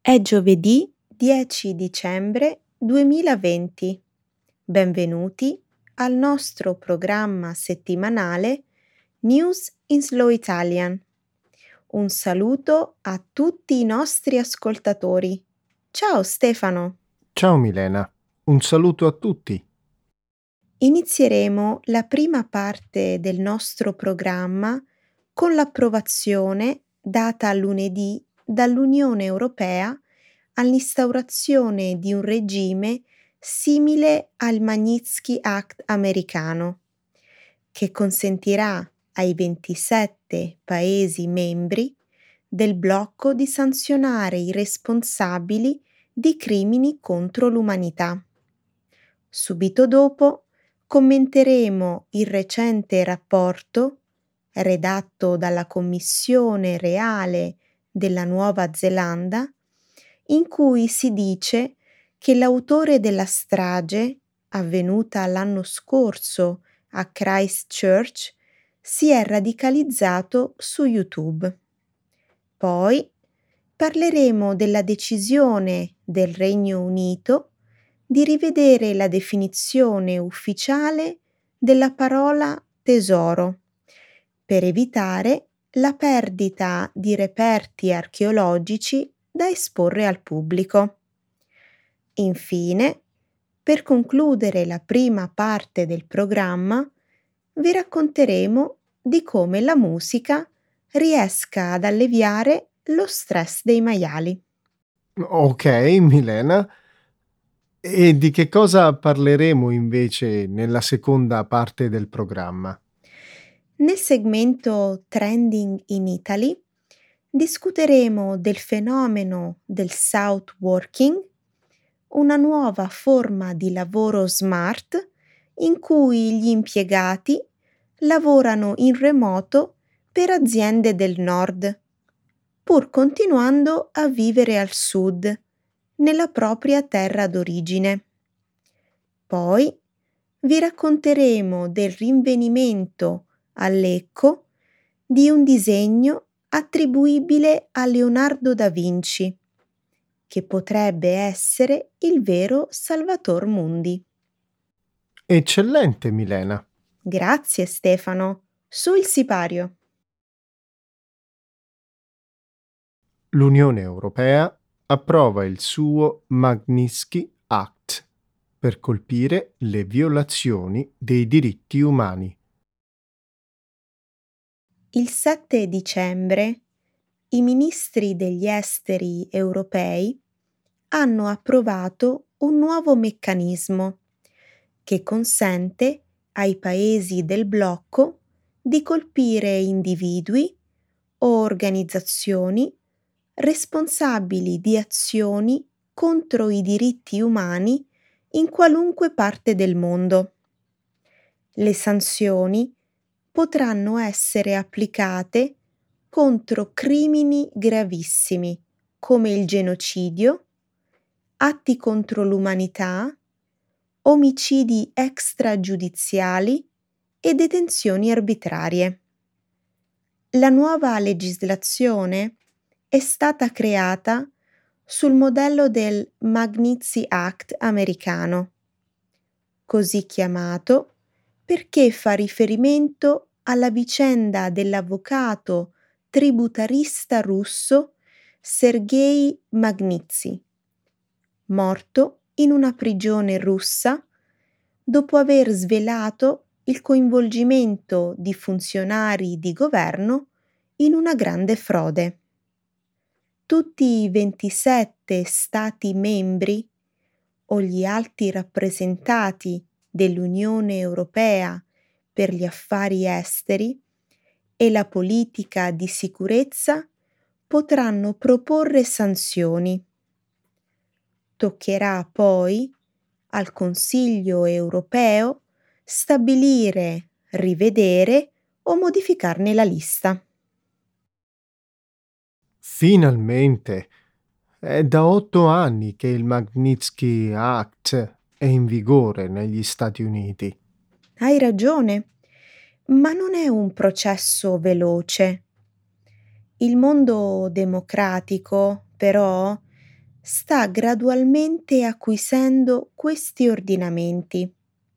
È giovedì 10 dicembre 2020. Benvenuti al nostro programma settimanale News in Slow Italian. Un saluto a tutti i nostri ascoltatori. Ciao Stefano. Ciao Milena, un saluto a tutti. Inizieremo la prima parte del nostro programma con l'approvazione data lunedì dall'Unione Europea all'instaurazione di un regime simile al Magnitsky Act americano, che consentirà ai 27 Paesi membri del blocco di sanzionare i responsabili di crimini contro l'umanità. Subito dopo commenteremo il recente rapporto redatto dalla Commissione Reale della Nuova Zelanda, in cui si dice che l'autore della strage, avvenuta l'anno scorso a Christchurch, si è radicalizzato su YouTube. Poi parleremo della decisione del Regno Unito di rivedere la definizione ufficiale della parola tesoro per evitare la perdita di reperti archeologici da esporre al pubblico. Infine, per concludere la prima parte del programma, vi racconteremo di come la musica riesca ad alleviare lo stress dei maiali. Ok, Milena. E di che cosa parleremo invece nella seconda parte del programma? Nel segmento Trending in Italy discuteremo del fenomeno del South Working, una nuova forma di lavoro smart in cui gli impiegati lavorano in remoto per aziende del nord, pur continuando a vivere al sud, nella propria terra d'origine. Poi vi racconteremo del rinvenimento a Lecco di un disegno attribuibile a Leonardo da Vinci, che potrebbe essere il vero Salvator Mundi. Eccellente, Milena. Grazie Stefano. Su il sipario. L'Unione Europea approva il suo Magnitsky Act per colpire le violazioni dei diritti umani. Il 7 dicembre i ministri degli esteri europei hanno approvato un nuovo meccanismo che consente ai paesi del blocco di colpire individui o organizzazioni responsabili di azioni contro i diritti umani in qualunque parte del mondo. Le sanzioni potranno essere applicate contro crimini gravissimi come il genocidio, atti contro l'umanità, omicidi extragiudiziali e detenzioni arbitrarie. La nuova legislazione è stata creata sul modello del Magnitsky Act americano, così chiamato perché fa riferimento alla vicenda dell'avvocato tributarista russo Sergei Magnitsky, morto in una prigione russa dopo aver svelato il coinvolgimento di funzionari di governo in una grande frode. Tutti i 27 Stati membri o gli alti rappresentati dell'Unione Europea per gli affari esteri e la politica di sicurezza potranno proporre sanzioni. Toccherà poi al Consiglio europeo stabilire, rivedere o modificarne la lista. Finalmente! È da 8 anni che il Magnitsky Act è in vigore negli Stati Uniti. Hai ragione, ma non è un processo veloce. Il mondo democratico, però, sta gradualmente acquisendo questi ordinamenti.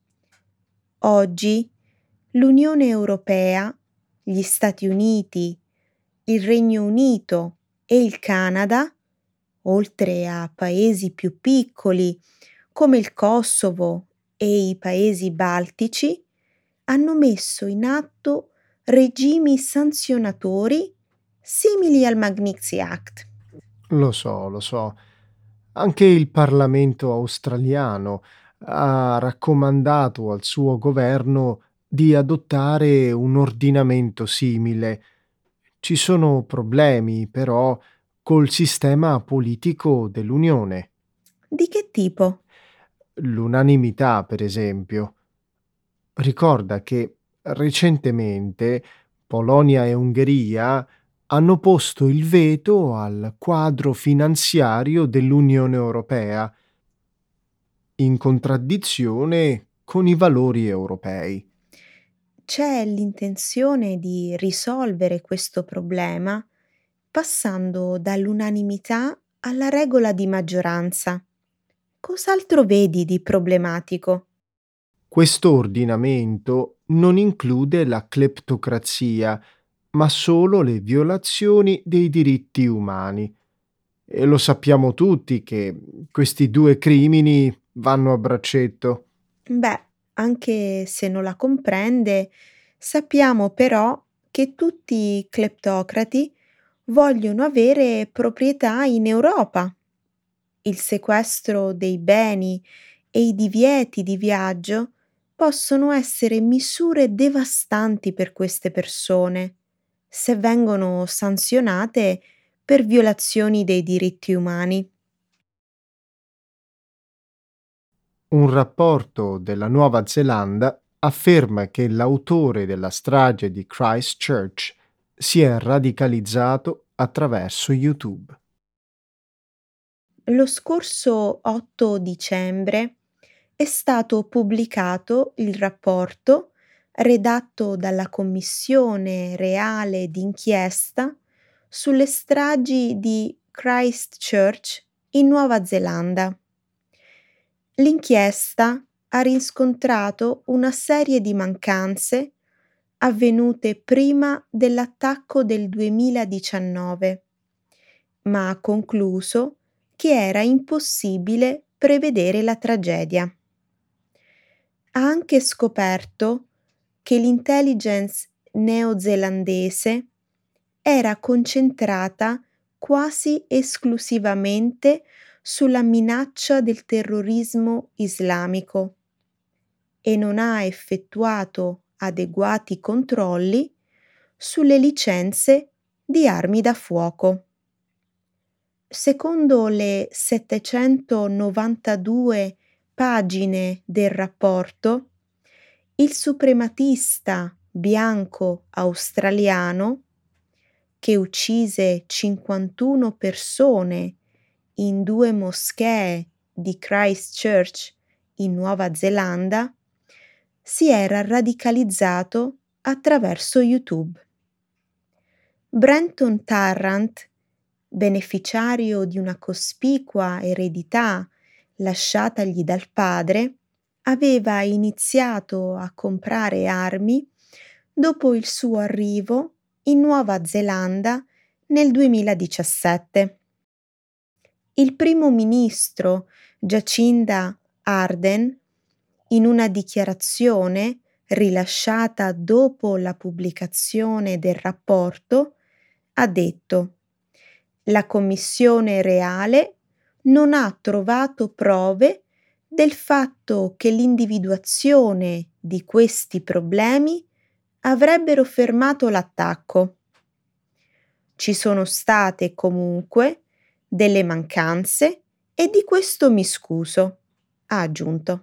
Oggi l'Unione Europea, gli Stati Uniti, il Regno Unito e il Canada, oltre a paesi più piccoli come il Kosovo e i paesi baltici, hanno messo in atto regimi sanzionatori simili al Magnitsky Act. Lo so, lo so. Anche il Parlamento australiano ha raccomandato al suo governo di adottare un ordinamento simile. Ci sono problemi, però, col sistema politico dell'Unione. Di che tipo? L'unanimità, per esempio. Ricorda che recentemente Polonia e Ungheria hanno posto il veto al quadro finanziario dell'Unione Europea, in contraddizione con i valori europei. C'è l'intenzione di risolvere questo problema passando dall'unanimità alla regola di maggioranza. Cos'altro vedi di problematico? Questo ordinamento non include la cleptocrazia, ma solo le violazioni dei diritti umani. E lo sappiamo tutti che questi due crimini vanno a braccetto. Beh, anche se non la comprende, sappiamo però che tutti i cleptocrati vogliono avere proprietà in Europa. Il sequestro dei beni e i divieti di viaggio possono essere misure devastanti per queste persone se vengono sanzionate per violazioni dei diritti umani. Un rapporto della Nuova Zelanda afferma che l'autore della strage di Christchurch si è radicalizzato attraverso YouTube. Lo scorso 8 dicembre è stato pubblicato il rapporto redatto dalla Commissione reale d'inchiesta sulle stragi di Christchurch in Nuova Zelanda. L'inchiesta ha riscontrato una serie di mancanze avvenute prima dell'attacco del 2019, ma ha concluso che era impossibile prevedere la tragedia. Ha anche scoperto che l'intelligence neozelandese era concentrata quasi esclusivamente sulla minaccia del terrorismo islamico e non ha effettuato adeguati controlli sulle licenze di armi da fuoco. Secondo le 792 pagine del rapporto, il suprematista bianco australiano, che uccise 51 persone in 2 moschee di Christchurch in Nuova Zelanda, si era radicalizzato attraverso YouTube. Brenton Tarrant, beneficiario di una cospicua eredità lasciatagli dal padre, aveva iniziato a comprare armi dopo il suo arrivo in Nuova Zelanda nel 2017. Il primo ministro Jacinda Ardern, in una dichiarazione rilasciata dopo la pubblicazione del rapporto, ha detto: "La Commissione reale non ha trovato prove del fatto che l'individuazione di questi problemi avrebbero fermato l'attacco. Ci sono state comunque delle mancanze e di questo mi scuso", ha aggiunto.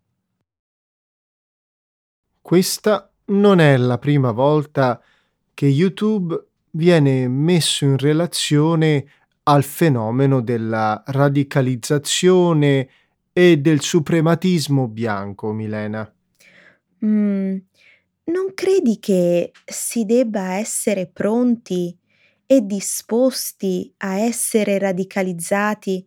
Questa non è la prima volta che YouTube viene messo in relazione al fenomeno della radicalizzazione e del suprematismo bianco, Milena. Mhmm, non credi che si debba essere pronti e disposti a essere radicalizzati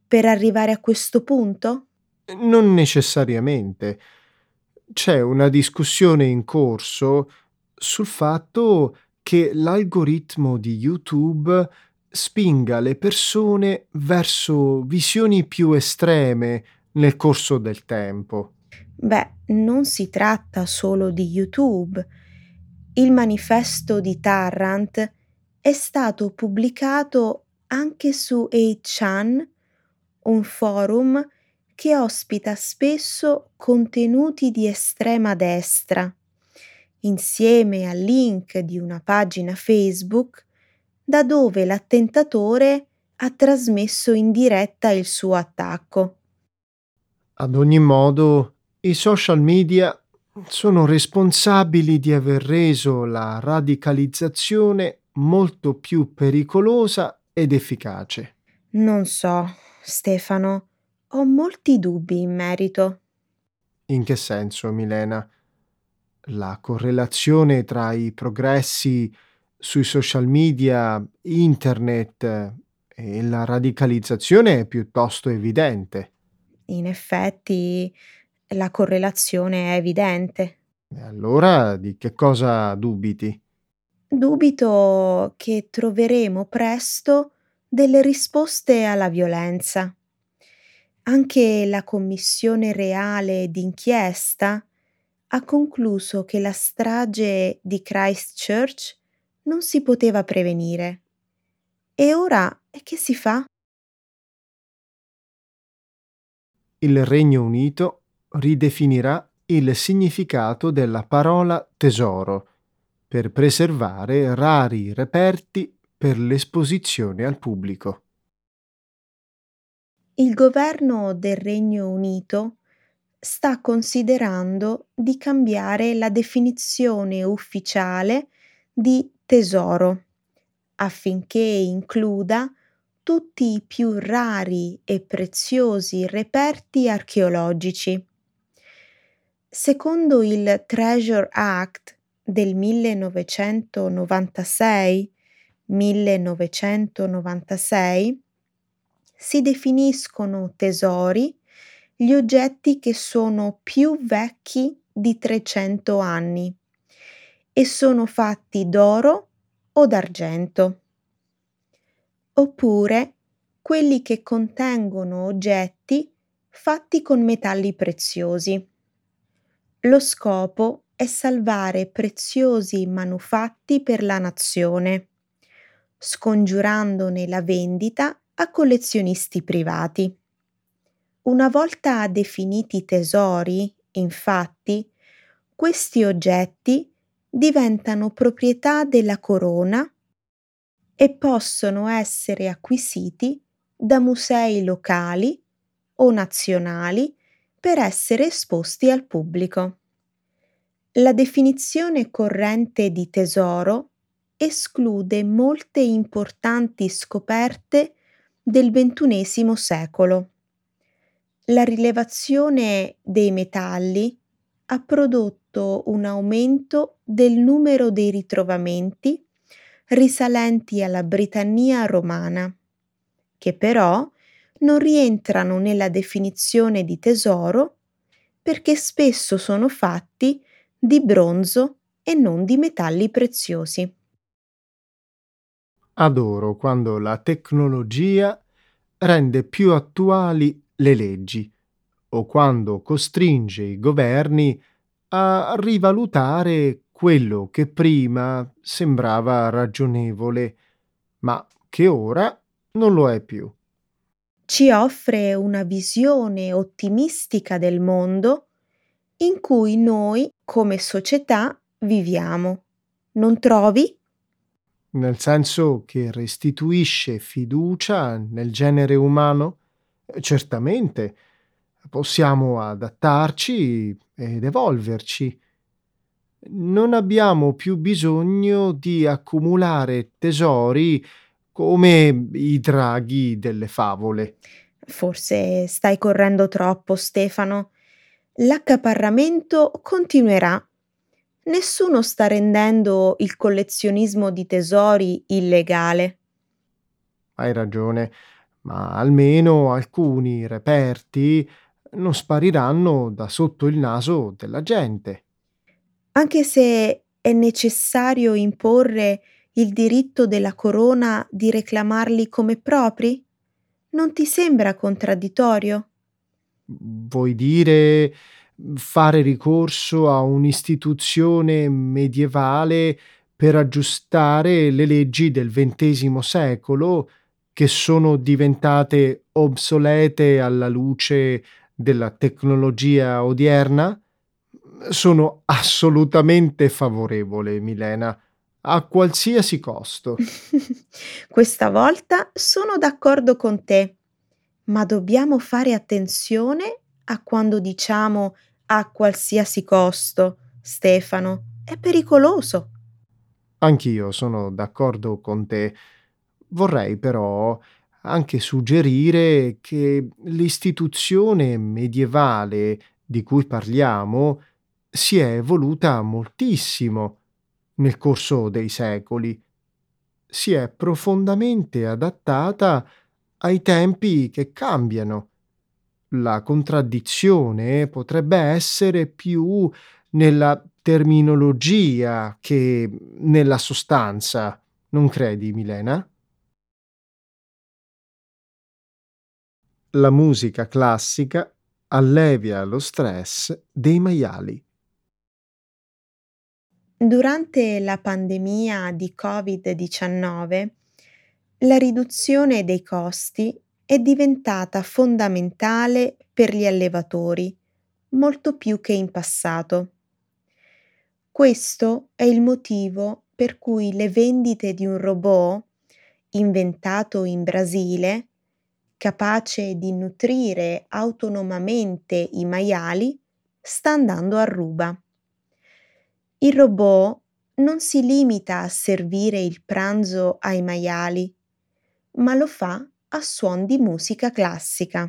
per arrivare a questo punto? Non necessariamente. C'è una discussione in corso sul fatto che l'algoritmo di YouTube spinga le persone verso visioni più estreme nel corso del tempo. Beh, non si tratta solo di YouTube. Il manifesto di Tarrant è stato pubblicato anche su 8chan, un forum che ospita spesso contenuti di estrema destra, insieme al link di una pagina Facebook da dove l'attentatore ha trasmesso in diretta il suo attacco. Ad ogni modo, i social media sono responsabili di aver reso la radicalizzazione molto più pericolosa ed efficace. Non so, Stefano, ho molti dubbi in merito. In che senso, Milena? La correlazione tra i progressi sui social media, internet e la radicalizzazione è piuttosto evidente. In effetti, la correlazione è evidente. E allora di che cosa dubiti? Dubito che troveremo presto delle risposte alla violenza. Anche la commissione reale d'inchiesta ha concluso che la strage di Christchurch non si poteva prevenire. E ora che si fa? Il Regno Unito ridefinirà il significato della parola tesoro per preservare rari reperti per l'esposizione al pubblico. Il governo del Regno Unito sta considerando di cambiare la definizione ufficiale di tesoro affinché includa tutti i più rari e preziosi reperti archeologici. Secondo il Treasure Act del 1996, si definiscono tesori gli oggetti che sono più vecchi di 300 anni e sono fatti d'oro o d'argento, oppure quelli che contengono oggetti fatti con metalli preziosi. Lo scopo è salvare preziosi manufatti per la nazione, scongiurandone la vendita a collezionisti privati. Una volta definiti tesori, infatti, questi oggetti diventano proprietà della corona e possono essere acquisiti da musei locali o nazionali per essere esposti al pubblico. La definizione corrente di tesoro esclude molte importanti scoperte del XXI secolo. La rilevazione dei metalli ha prodotto un aumento del numero dei ritrovamenti risalenti alla Britannia romana, che però non rientrano nella definizione di tesoro perché spesso sono fatti di bronzo e non di metalli preziosi. Adoro quando la tecnologia rende più attuali le leggi o quando costringe i governi a rivalutare quello che prima sembrava ragionevole, ma che ora non lo è più. Ci offre una visione ottimistica del mondo in cui noi come società viviamo. Non trovi? Nel senso che restituisce fiducia nel genere umano? Certamente, possiamo adattarci ed evolverci. Non abbiamo più bisogno di accumulare tesori come i draghi delle favole. Forse stai correndo troppo, Stefano. L'accaparramento continuerà. Nessuno sta rendendo il collezionismo di tesori illegale. Hai ragione, ma almeno alcuni reperti non spariranno da sotto il naso della gente. Anche se è necessario imporre il diritto della corona di reclamarli come propri? Non ti sembra contraddittorio? Vuoi dire, fare ricorso a un'istituzione medievale per aggiustare le leggi del XX secolo che sono diventate obsolete alla luce della tecnologia odierna? Sono assolutamente favorevole, Milena, a qualsiasi costo. Questa volta sono d'accordo con te, ma dobbiamo fare attenzione a quando diciamo a qualsiasi costo, Stefano. È pericoloso. Anch'io sono d'accordo con te. Vorrei però anche suggerire che l'istituzione medievale di cui parliamo si è evoluta moltissimo nel corso dei secoli. Si è profondamente adattata ai tempi che cambiano. La contraddizione potrebbe essere più nella terminologia che nella sostanza, non credi, Milena? La musica classica allevia lo stress dei maiali. Durante la pandemia di Covid-19, la riduzione dei costi è diventata fondamentale per gli allevatori, molto più che in passato. Questo è il motivo per cui le vendite di un robot inventato in Brasile, capace di nutrire autonomamente i maiali, sta andando a ruba. Il robot non si limita a servire il pranzo ai maiali, ma lo fa a suon di musica classica.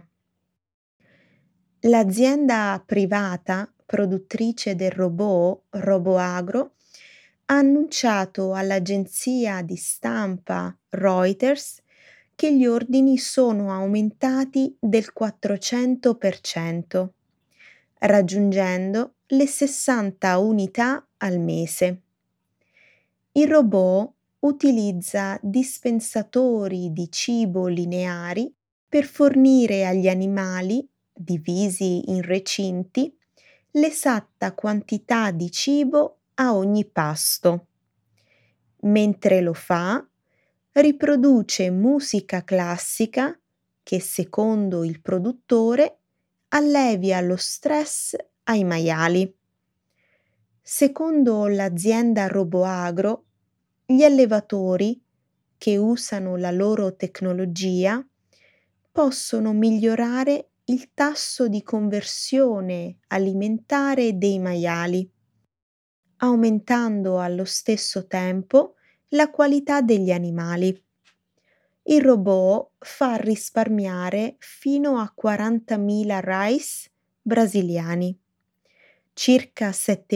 L'azienda privata produttrice del robot, RoboAgro, ha annunciato all'agenzia di stampa Reuters che gli ordini sono aumentati del 400%, raggiungendo le 60 unità al mese. Il robot utilizza dispensatori di cibo lineari per fornire agli animali, divisi in recinti, l'esatta quantità di cibo a ogni pasto. Mentre lo fa, riproduce musica classica che, secondo il produttore, allevia lo stress ai maiali. Secondo l'azienda RoboAgro, gli allevatori che usano la loro tecnologia possono migliorare il tasso di conversione alimentare dei maiali, aumentando allo stesso tempo la qualità degli animali. Il robot fa risparmiare fino a 40.000 rice brasiliani, circa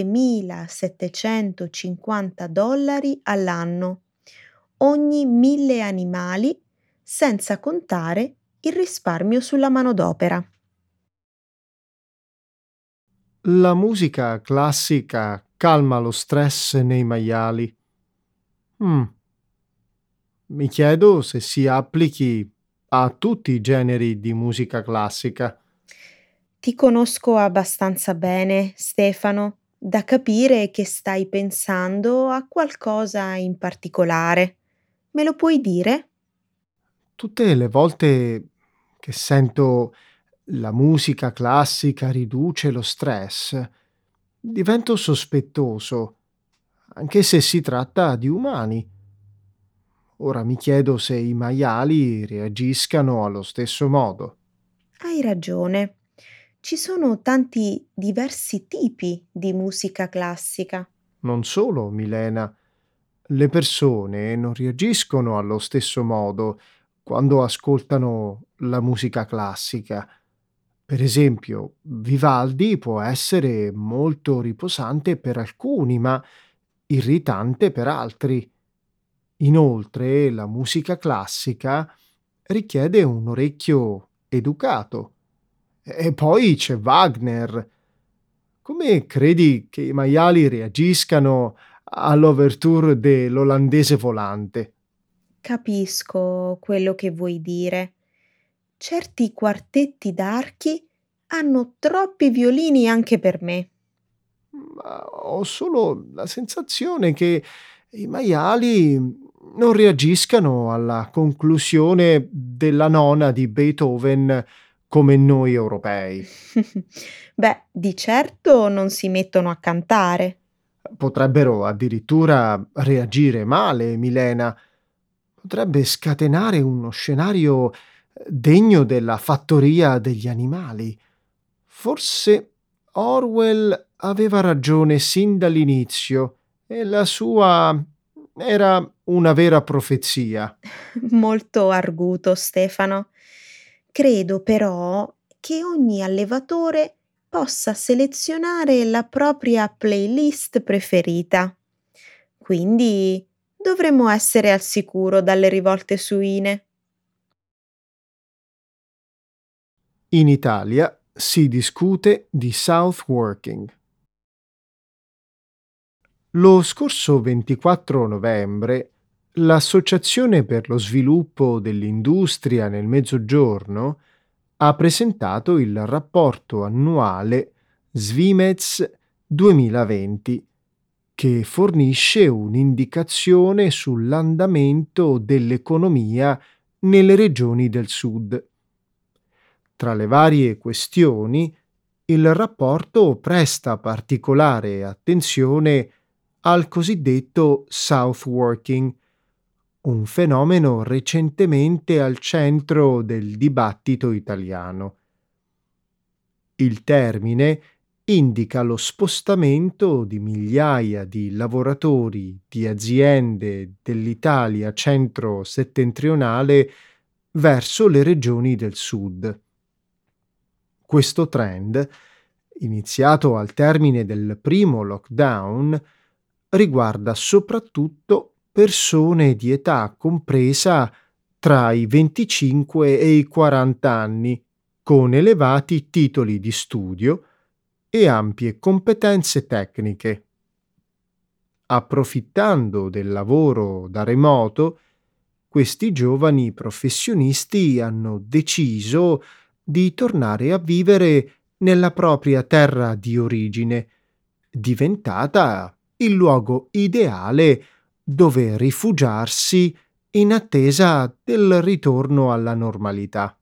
7.750 dollari all'anno, ogni 1.000 animali, senza contare il risparmio sulla manodopera. La musica classica calma lo stress nei maiali. Mm, Mi chiedo se si applichi a tutti i generi di musica classica. Ti conosco abbastanza bene, Stefano, da capire che stai pensando a qualcosa in particolare. Me lo puoi dire? Tutte le volte che sento la musica classica riduce lo stress, divento sospettoso, anche se si tratta di umani. Ora mi chiedo se i maiali reagiscano allo stesso modo. Hai ragione. Ci sono tanti diversi tipi di musica classica. Non solo, Milena, le persone non reagiscono allo stesso modo quando ascoltano la musica classica. Per esempio, Vivaldi può essere molto riposante per alcuni, ma irritante per altri. Inoltre, la musica classica richiede un orecchio educato. E poi c'è Wagner. Come credi che i maiali reagiscano all'Overture dell'Olandese volante? Capisco quello che vuoi dire. Certi quartetti d'archi hanno troppi violini anche per me. Ma ho solo la sensazione che i maiali non reagiscano alla conclusione della nona di Beethoven come noi europei. Beh, di certo non si mettono a cantare. Potrebbero addirittura reagire male, Milena. Potrebbe scatenare uno scenario degno della fattoria degli animali. Forse Orwell aveva ragione sin dall'inizio e la sua era una vera profezia. Molto arguto, Stefano. Credo però che ogni allevatore possa selezionare la propria playlist preferita. Quindi dovremmo essere al sicuro dalle rivolte suine. In Italia si discute di Southworking. Lo scorso 24 novembre l'Associazione per lo sviluppo dell'industria nel Mezzogiorno ha presentato il rapporto annuale Svimez 2020, che fornisce un'indicazione sull'andamento dell'economia nelle regioni del sud. Tra le varie questioni, il rapporto presta particolare attenzione al cosiddetto Southworking, un fenomeno recentemente al centro del dibattito italiano. Il termine indica lo spostamento di migliaia di lavoratori di aziende dell'Italia centro-settentrionale verso le regioni del sud. Questo trend, iniziato al termine del primo lockdown, riguarda soprattutto persone di età compresa tra i 25 e i 40 anni, con elevati titoli di studio e ampie competenze tecniche. Approfittando del lavoro da remoto, questi giovani professionisti hanno deciso di tornare a vivere nella propria terra di origine, diventata il luogo ideale dove rifugiarsi in attesa del ritorno alla normalità.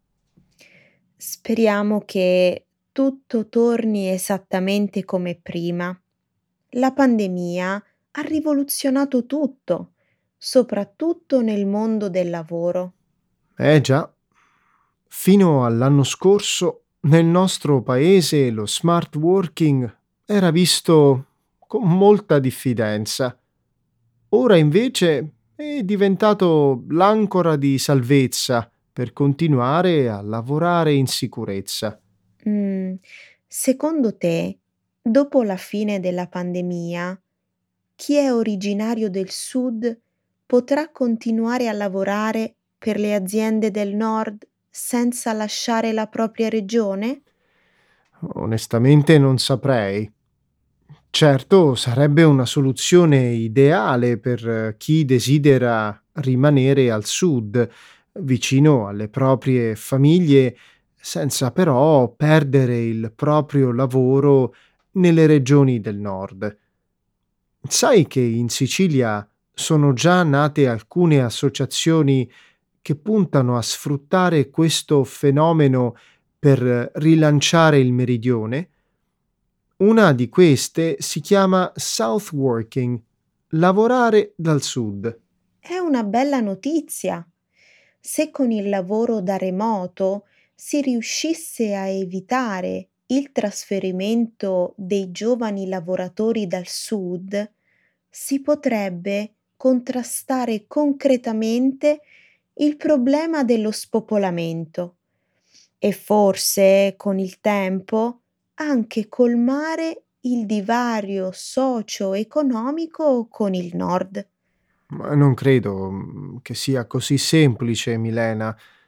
Speriamo che tutto torni esattamente come prima. La pandemia ha rivoluzionato tutto, soprattutto nel mondo del lavoro. Eh già, fino all'anno scorso nel nostro paese lo smart working era visto con molta diffidenza. Ora invece è diventato l'ancora di salvezza per continuare a lavorare in sicurezza. Mm, secondo te, dopo la fine della pandemia, chi è originario del sud potrà continuare a lavorare per le aziende del nord senza lasciare la propria regione? Onestamente non saprei. Certo, sarebbe una soluzione ideale per chi desidera rimanere al sud, vicino alle proprie famiglie, senza però perdere il proprio lavoro nelle regioni del nord. Sai che in Sicilia sono già nate alcune associazioni che puntano a sfruttare questo fenomeno per rilanciare il meridione? Una di queste si chiama Southworking, lavorare dal sud. È una bella notizia. Se con il lavoro da remoto si riuscisse a evitare il trasferimento dei giovani lavoratori dal sud, si potrebbe contrastare concretamente il problema dello spopolamento e forse con il tempo anche colmare il divario socio-economico con il nord. Ma non credo che sia così semplice, Milena.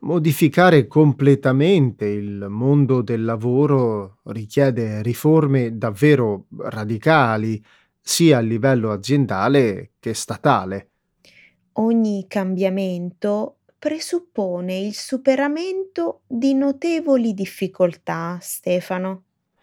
Modificare completamente il mondo del lavoro richiede riforme davvero radicali, sia a livello aziendale che statale. Ogni cambiamento presuppone il superamento di notevoli difficoltà, Stefano.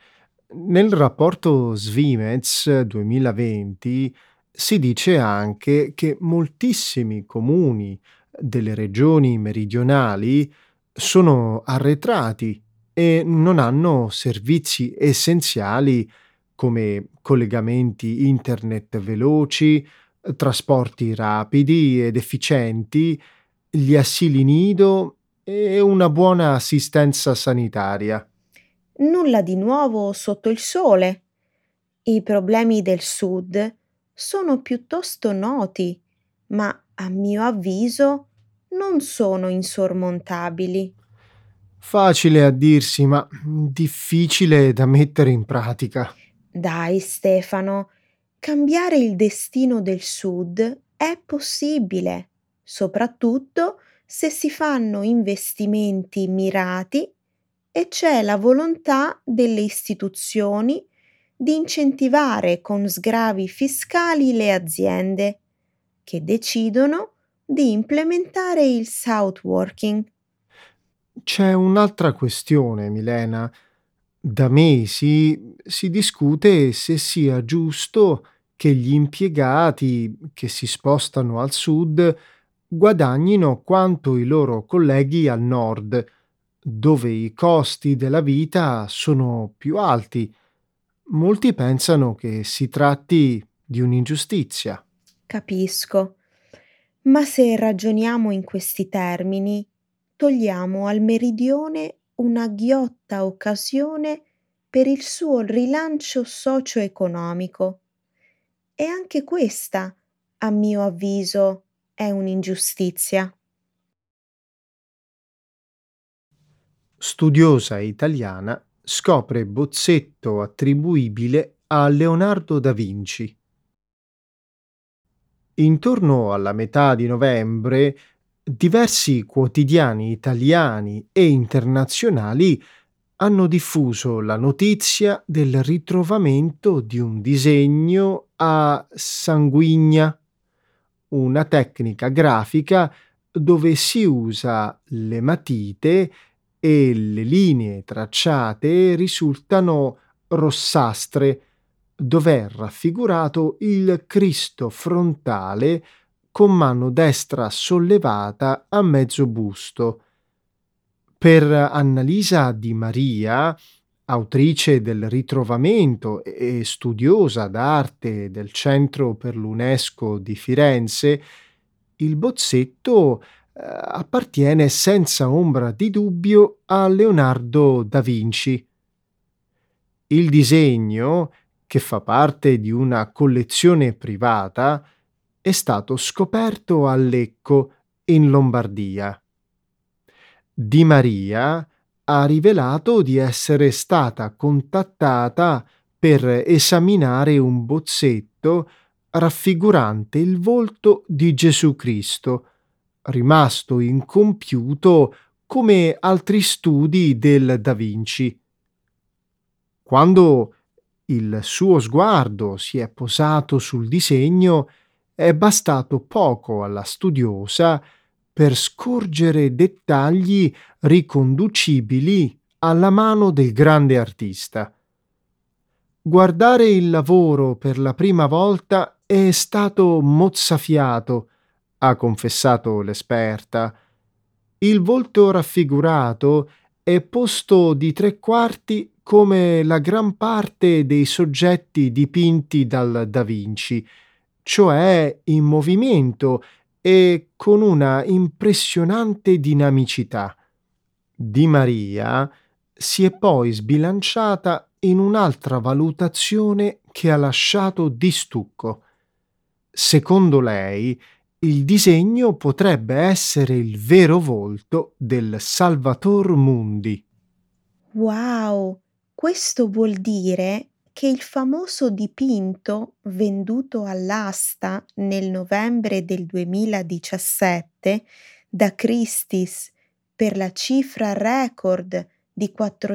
Nel rapporto Svimez 2020 si dice anche che moltissimi comuni delle regioni meridionali sono arretrati e non hanno servizi essenziali come collegamenti internet veloci, trasporti rapidi ed efficienti, gli asili nido e una buona assistenza sanitaria. Nulla di nuovo sotto il sole. I problemi del Sud sono piuttosto noti, ma a mio avviso non sono insormontabili. Facile a dirsi, ma difficile da mettere in pratica. Dai, Stefano, cambiare il destino del Sud è possibile, soprattutto se si fanno investimenti mirati e c'è la volontà delle istituzioni di incentivare con sgravi fiscali le aziende che decidono di implementare il South Working. C'è un'altra questione, Milena. Da mesi si discute se sia giusto che gli impiegati che si spostano al sud guadagnino quanto i loro colleghi al nord, dove i costi della vita sono più alti. Molti pensano che si tratti di un'ingiustizia. Capisco, ma se ragioniamo in questi termini, togliamo al meridione una ghiotta occasione per il suo rilancio socio-economico. E anche questa, a mio avviso, è un'ingiustizia. Studiosa italiana scopre bozzetto attribuibile a Leonardo da Vinci. Intorno alla metà di novembre, diversi quotidiani italiani e internazionali hanno diffuso la notizia del ritrovamento di un disegno a sanguigna, una tecnica grafica dove si usa le matite e le linee tracciate risultano rossastre, dove è raffigurato il Cristo frontale con mano destra sollevata a mezzo busto. Per Annalisa Di Maria, autrice del ritrovamento e studiosa d'arte del Centro per l'UNESCO di Firenze, il bozzetto appartiene senza ombra di dubbio a Leonardo da Vinci. Il disegno, che fa parte di una collezione privata, è stato scoperto a Lecco, in Lombardia. Di Maria ha rivelato di essere stata contattata per esaminare un bozzetto raffigurante il volto di Gesù Cristo, rimasto incompiuto come altri studi del Da Vinci. Quando il suo sguardo si è posato sul disegno, è bastato poco alla studiosa per scorgere dettagli riconducibili alla mano del grande artista. Guardare il lavoro per la prima volta è stato mozzafiato, ha confessato l'esperta. Il volto raffigurato è posto di tre quarti come la gran parte dei soggetti dipinti dal Da Vinci, cioè in movimento e con una impressionante dinamicità. Di Maria si è poi sbilanciata in un'altra valutazione che ha lasciato di stucco. Secondo lei, il disegno potrebbe essere il vero volto del Salvator Mundi. Wow! Questo vuol dire che il famoso dipinto venduto all'asta nel novembre del 2017 da Christie's per la cifra record di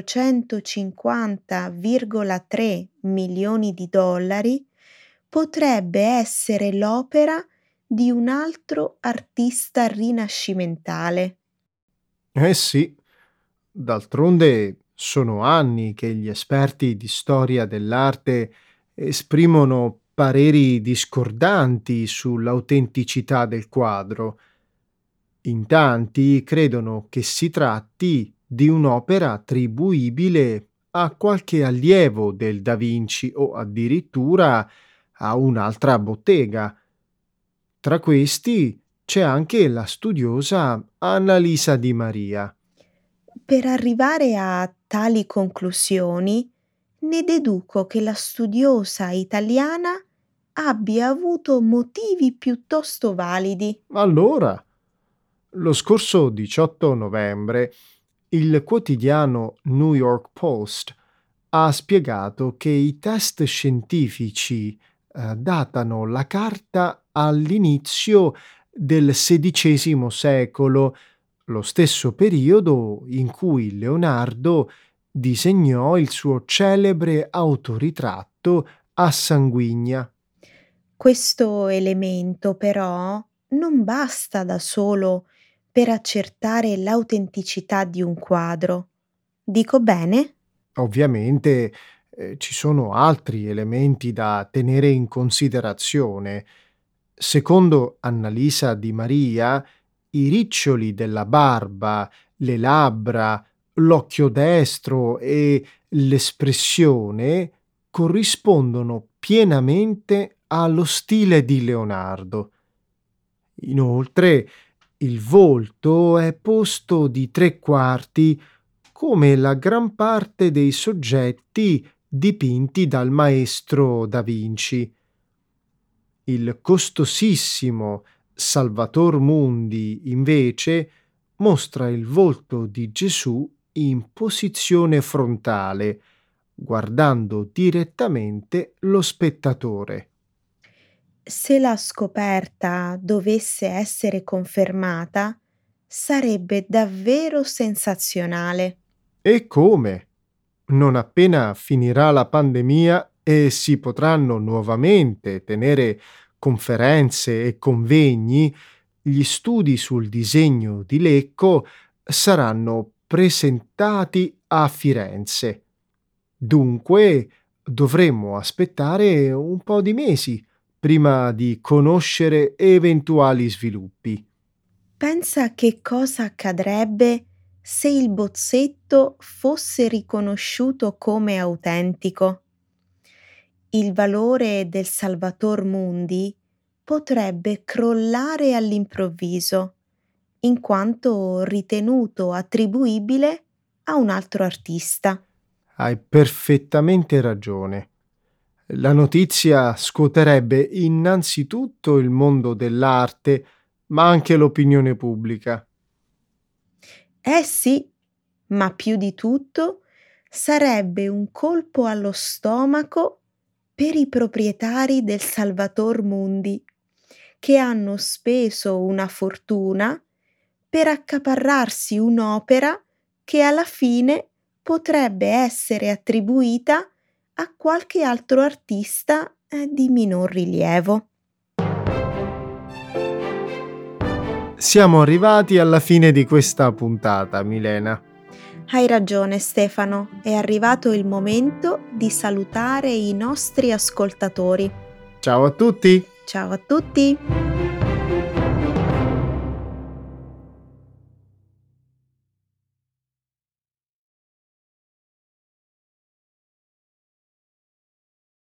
450,3 milioni di dollari, potrebbe essere l'opera di un altro artista rinascimentale. Eh sì, d'altronde sono anni che gli esperti di storia dell'arte esprimono pareri discordanti sull'autenticità del quadro. In tanti credono che si tratti di un'opera attribuibile a qualche allievo del Da Vinci o addirittura a un'altra bottega. Tra questi c'è anche la studiosa Annalisa Di Maria. Per arrivare a tali conclusioni, ne deduco che la studiosa italiana abbia avuto motivi piuttosto validi. Allora, lo scorso 18 novembre, il quotidiano New York Post ha spiegato che i test scientifici datano la carta all'inizio del XVI secolo, lo stesso periodo in cui Leonardo disegnò il suo celebre autoritratto a sanguigna. Questo elemento però non basta da solo per accertare l'autenticità di un quadro. Dico bene? Ovviamente ci sono altri elementi da tenere in considerazione. Secondo Annalisa Di Maria, i riccioli della barba, le labbra, l'occhio destro e l'espressione corrispondono pienamente allo stile di Leonardo. Inoltre, il volto è posto di tre quarti come la gran parte dei soggetti dipinti dal maestro Da Vinci. Il costosissimo Salvator Mundi, invece, mostra il volto di Gesù in posizione frontale, guardando direttamente lo spettatore. Se la scoperta dovesse essere confermata, sarebbe davvero sensazionale. E come? Non appena finirà la pandemia e si potranno nuovamente tenere conferenze e convegni, gli studi sul disegno di Lecco saranno presentati a Firenze. Dunque dovremmo aspettare un po' di mesi prima di conoscere eventuali sviluppi. Pensa che cosa accadrebbe se il bozzetto fosse riconosciuto come autentico. Il valore del Salvator Mundi potrebbe crollare all'improvviso, in quanto ritenuto attribuibile a un altro artista. Hai perfettamente ragione. La notizia scuoterebbe innanzitutto il mondo dell'arte, ma anche l'opinione pubblica. Eh sì, ma più di tutto sarebbe un colpo allo stomaco per i proprietari del Salvator Mundi, che hanno speso una fortuna per accaparrarsi un'opera che alla fine potrebbe essere attribuita a qualche altro artista di minor rilievo. Siamo arrivati alla fine di questa puntata, Milena. Hai ragione Stefano, è arrivato il momento di salutare i nostri ascoltatori. Ciao a tutti! Ciao a tutti!